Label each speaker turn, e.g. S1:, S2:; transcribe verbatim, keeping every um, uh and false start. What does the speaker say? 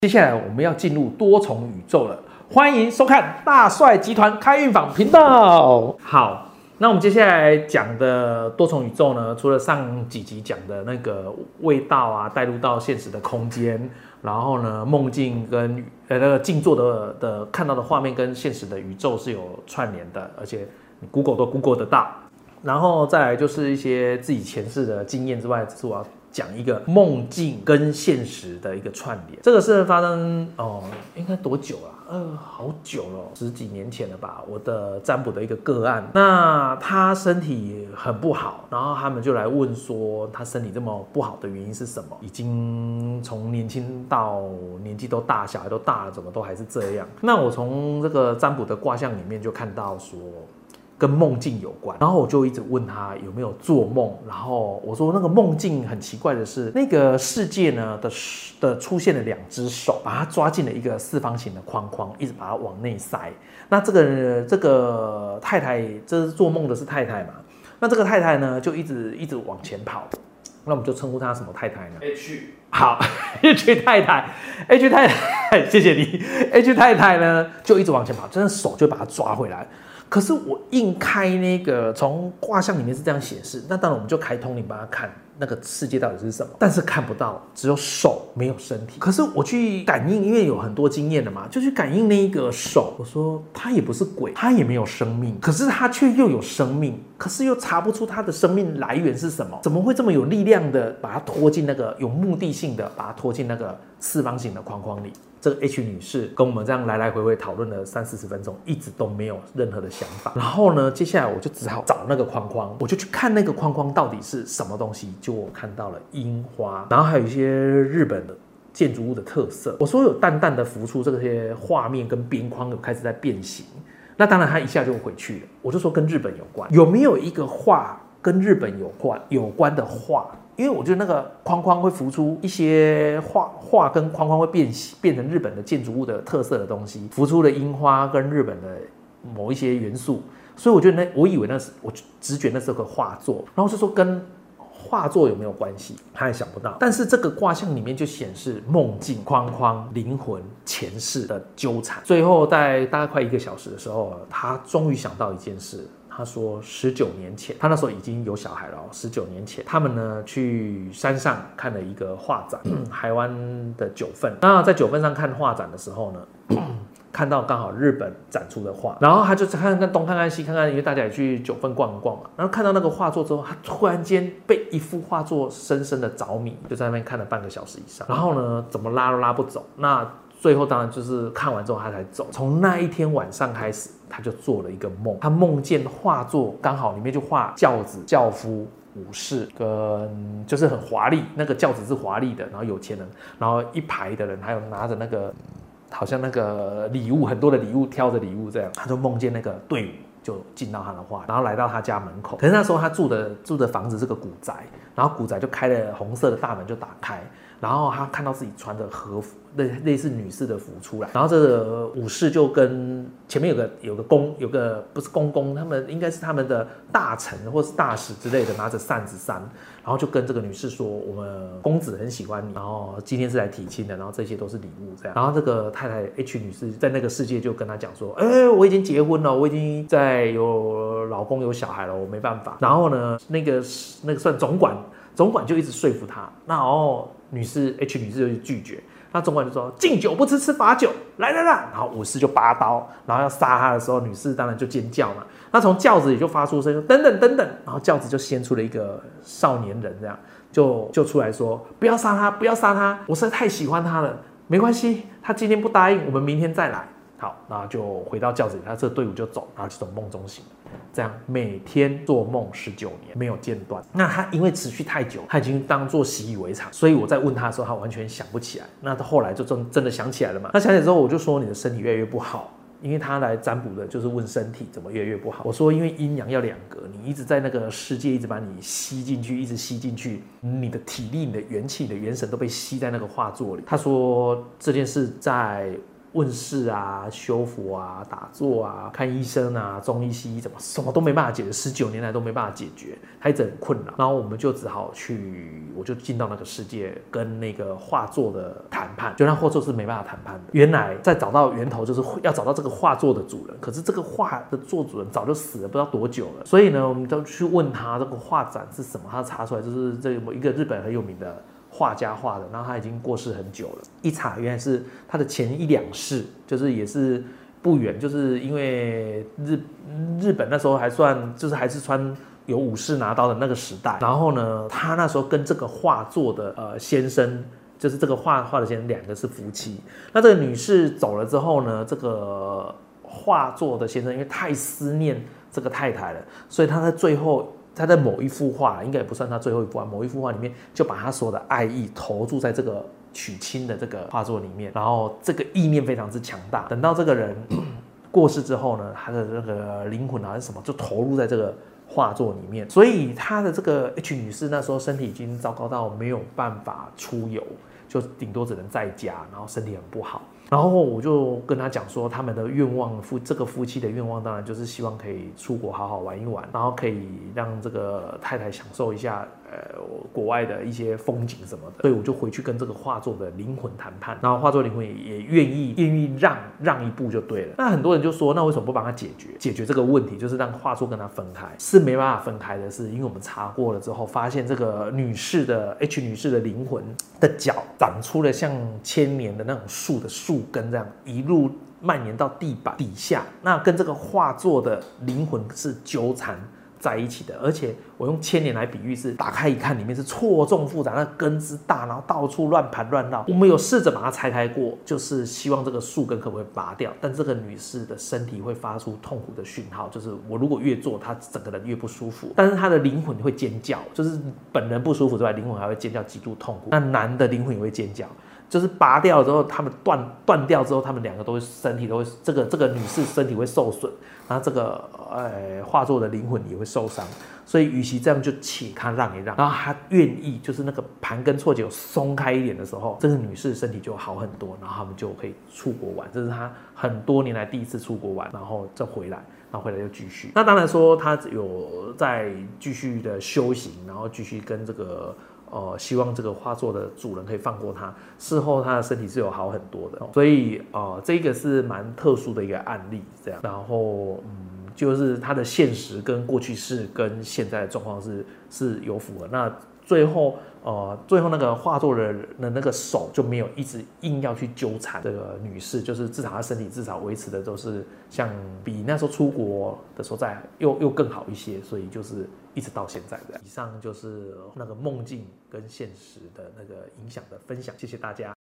S1: 接下来我们要进入多重宇宙了，欢迎收看大帅集团开运坊频道。好，那我们接下来讲的多重宇宙呢，除了上几集讲的那个味道啊，带入到现实的空间，然后呢，梦境跟呃那个静坐的的看到的画面跟现实的宇宙是有串联的，而且你 Google 都 Google 得到。然后再来就是一些自己前世的经验之外，是我要讲一个梦境跟现实的一个串联。这个是发生哦，应该多久了？呃，好久了，十几年前了吧。我的占卜的一个个案，那他身体很不好，然后他们就来问说，他身体这么不好的原因是什么？已经从年轻到年纪都大，小孩都大了，怎么都还是这样？那我从这个占卜的卦象里面就看到说，跟梦境有关，然后我就一直问他有没有做梦，然后我说那个梦境很奇怪的是，那个世界呢的的出现了两只手，把它抓进了一个四方形的框框，一直把它往内塞。那这个这个太太，这是做梦的是太太嘛？那这个太太呢就一直一直往前跑，那我们就称呼她什么太太呢 ？H。好 ，H 太太 ，H 太太，谢谢你。H 太太呢就一直往前跑，真的手就把她抓回来。可是我硬开那个，从卦象里面是这样显示，那当然我们就开通灵帮他看那个世界到底是什么，但是看不到，只有手没有身体。可是我去感应，因为有很多经验了嘛，就去感应那一个手，我说他也不是鬼，他也没有生命，可是他却又有生命，可是又查不出他的生命来源是什么，怎么会这么有力量的把他拖进那个有目的性的把他拖进那个四方形的框框里？这个 H 女士跟我们这样来来回回讨论了三四十分钟，一直都没有任何的想法。然后呢，接下来我就只好找那个框框，我就去看那个框框到底是什么东西。就我看到了樱花，然后还有一些日本的建筑物的特色。我说有淡淡的浮出这些画面跟边框有开始在变形。那当然它一下就回去了。我就说跟日本有关，有没有一个画跟日本有关有关的画？因为我觉得那个框框会浮出一些画画跟框框会变变成日本的建筑物的特色的东西，浮出了樱花跟日本的某一些元素，所以我觉得那我以为那是我直觉那是个画作，然后就说跟画作有没有关系，他也想不到。但是这个卦象里面就显示梦境、框框、灵魂、前世的纠缠。最后在大概快一个小时的时候，他终于想到一件事。他说十九年前，他那时候已经有小孩了。十九年前，他们呢去山上看了一个画展，台湾的九份。那在九份上看画展的时候呢，看到刚好日本展出的画，然后他就看看东看看西看看，因为大家也去九份逛一逛嘛。然后看到那个画作之后，他突然间被一幅画作深深的着迷，就在那边看了半个小时以上。然后呢，怎么拉都拉不走。那最后当然就是看完之后他才走。从那一天晚上开始，他就做了一个梦，他梦见画作刚好里面就画轿子、轿夫、武士跟就是很华丽，那个轿子是华丽的，然后有钱人，然后一排的人还有拿着那个好像那个礼物，很多的礼物，挑着礼物这样，他就梦见那个队伍就进到他的画，然后来到他家门口。可是那时候他住的住的房子是个古宅，然后古宅就开了红色的大门就打开，然后他看到自己穿着和服，类类似女士的服出来，然后这个武士就跟前面有个有个公有个不是公公，他们应该是他们的大臣或是大使之类的，拿着扇子扇，然后就跟这个女士说，我们公子很喜欢你，然后今天是来提亲的，然后这些都是礼物这样。然后这个太太 H 女士在那个世界就跟他讲说，哎、欸，我已经结婚了，我已经在有老公有小孩了，我没办法。然后呢，那个那个算总管，总管就一直说服他，那然后女士 H 女士就拒绝。那总管就说敬酒不吃吃罚酒，来来来，然后武士就拔刀，然后要杀他的时候，女士当然就尖叫嘛。那从轿子里就发出声音，等等等等，然后轿子就掀出了一个少年人，这样就就出来说，不要杀他，不要杀他，我实在太喜欢他了，没关系，他今天不答应，我们明天再来。好，然后就回到轿子里，他这个队伍就走，然后就从梦中醒了。这样每天做梦十九年没有间断。那他因为持续太久，他已经当作习以为常，所以我在问他的时候，他完全想不起来。那他后来就真真的想起来了嘛？那想起来之后，我就说你的身体越来越不好。因为他来占卜的就是问身体怎么越来越不好。我说因为阴阳要两隔，你一直在那个世界一直把你吸进去，一直吸进去，你的体力、你的元气、你的元神都被吸在那个画作里。他说这件事在问事啊、修佛啊、打坐啊、看医生啊、中医西医，怎么什么都没办法解决，十九年来都没办法解决，他一直很困扰。然后我们就只好去，我就进到那个世界，跟那个画作的谈判。就那画作是没办法谈判的。原来在找到源头，就是要找到这个画作的主人，可是这个画的作主人早就死了，不知道多久了。所以呢，我们都去问他这个画展是什么，他查出来就是这个一个日本很有名的画家画的，然后他已经过世很久了。一查原来是他的前一两世，就是也是不远，就是因为日日本那时候还算就是还是穿有武士拿刀的那个时代。然后呢，他那时候跟这个画作的呃先生，就是这个画画的先生，两个是夫妻。那这个女士走了之后呢，这个画作的先生因为太思念这个太太了，所以他在最后。他在某一幅画，应该也不算他最后一幅画，某一幅画里面就把他所有的爱意投注在这个娶亲的这个画作里面，然后这个意念非常之强大。等到这个人过世之后呢，他的这个灵魂还是什么，就投入在这个画作里面。所以他的这个 H 女士那时候身体已经糟糕到没有办法出游，就顶多只能在家，然后身体很不好。然后我就跟他讲说，他们的愿望夫这个夫妻的愿望，当然就是希望可以出国好好玩一玩，然后可以让这个太太享受一下呃国外的一些风景什么的。所以我就回去跟这个画作的灵魂谈判，然后画作灵魂也也愿意愿意让让一步就对了。那很多人就说，那为什么不帮他解决解决这个问题，就是让画作跟他分开？是没办法分开的，是因为我们查过了之后，发现这个女士的 H 女士的灵魂的脚长出了像千年的那种树的树根这样一路蔓延到地板底下，那跟这个画作的灵魂是纠缠在一起的。而且我用千年来比喻，是打开一看，里面是错综复杂，那根之大，然后到处乱盘乱绕。我们有试着把它拆开过，就是希望这个树根可不可以拔掉，但这个女士的身体会发出痛苦的讯号，就是我如果越做，她整个人越不舒服，但是她的灵魂会尖叫，就是本人不舒服之外，灵魂还会尖叫，极度痛苦。那男的灵魂也会尖叫。就是拔掉了之后，他们断断掉之后，他们两个都会身体都会这个这个女士身体会受损，然后这个呃画作的灵魂也会受伤，所以与其这样，就且看让一让，然后她愿意就是那个盘根错节有松开一点的时候，这个女士身体就好很多，然后他们就可以出国玩，这是她很多年来第一次出国玩，然后再回来。然后回来就继续。那当然说他有在继续的修行，然后继续跟这个呃，希望这个画作的主人可以放过他。事后他的身体是有好很多的，所以呃，这个是蛮特殊的一个案例，这样。然后嗯，就是他的现实跟过去式跟现在的状况是是有符合。那最后呃，最后那个画作的的那个手就没有一直硬要去纠缠这个女士，就是至少她身体至少维持的都是像比那时候出国的时候再又又更好一些，所以就是一直到现在的。以上就是那个梦境跟现实的那个影响的分享，谢谢大家。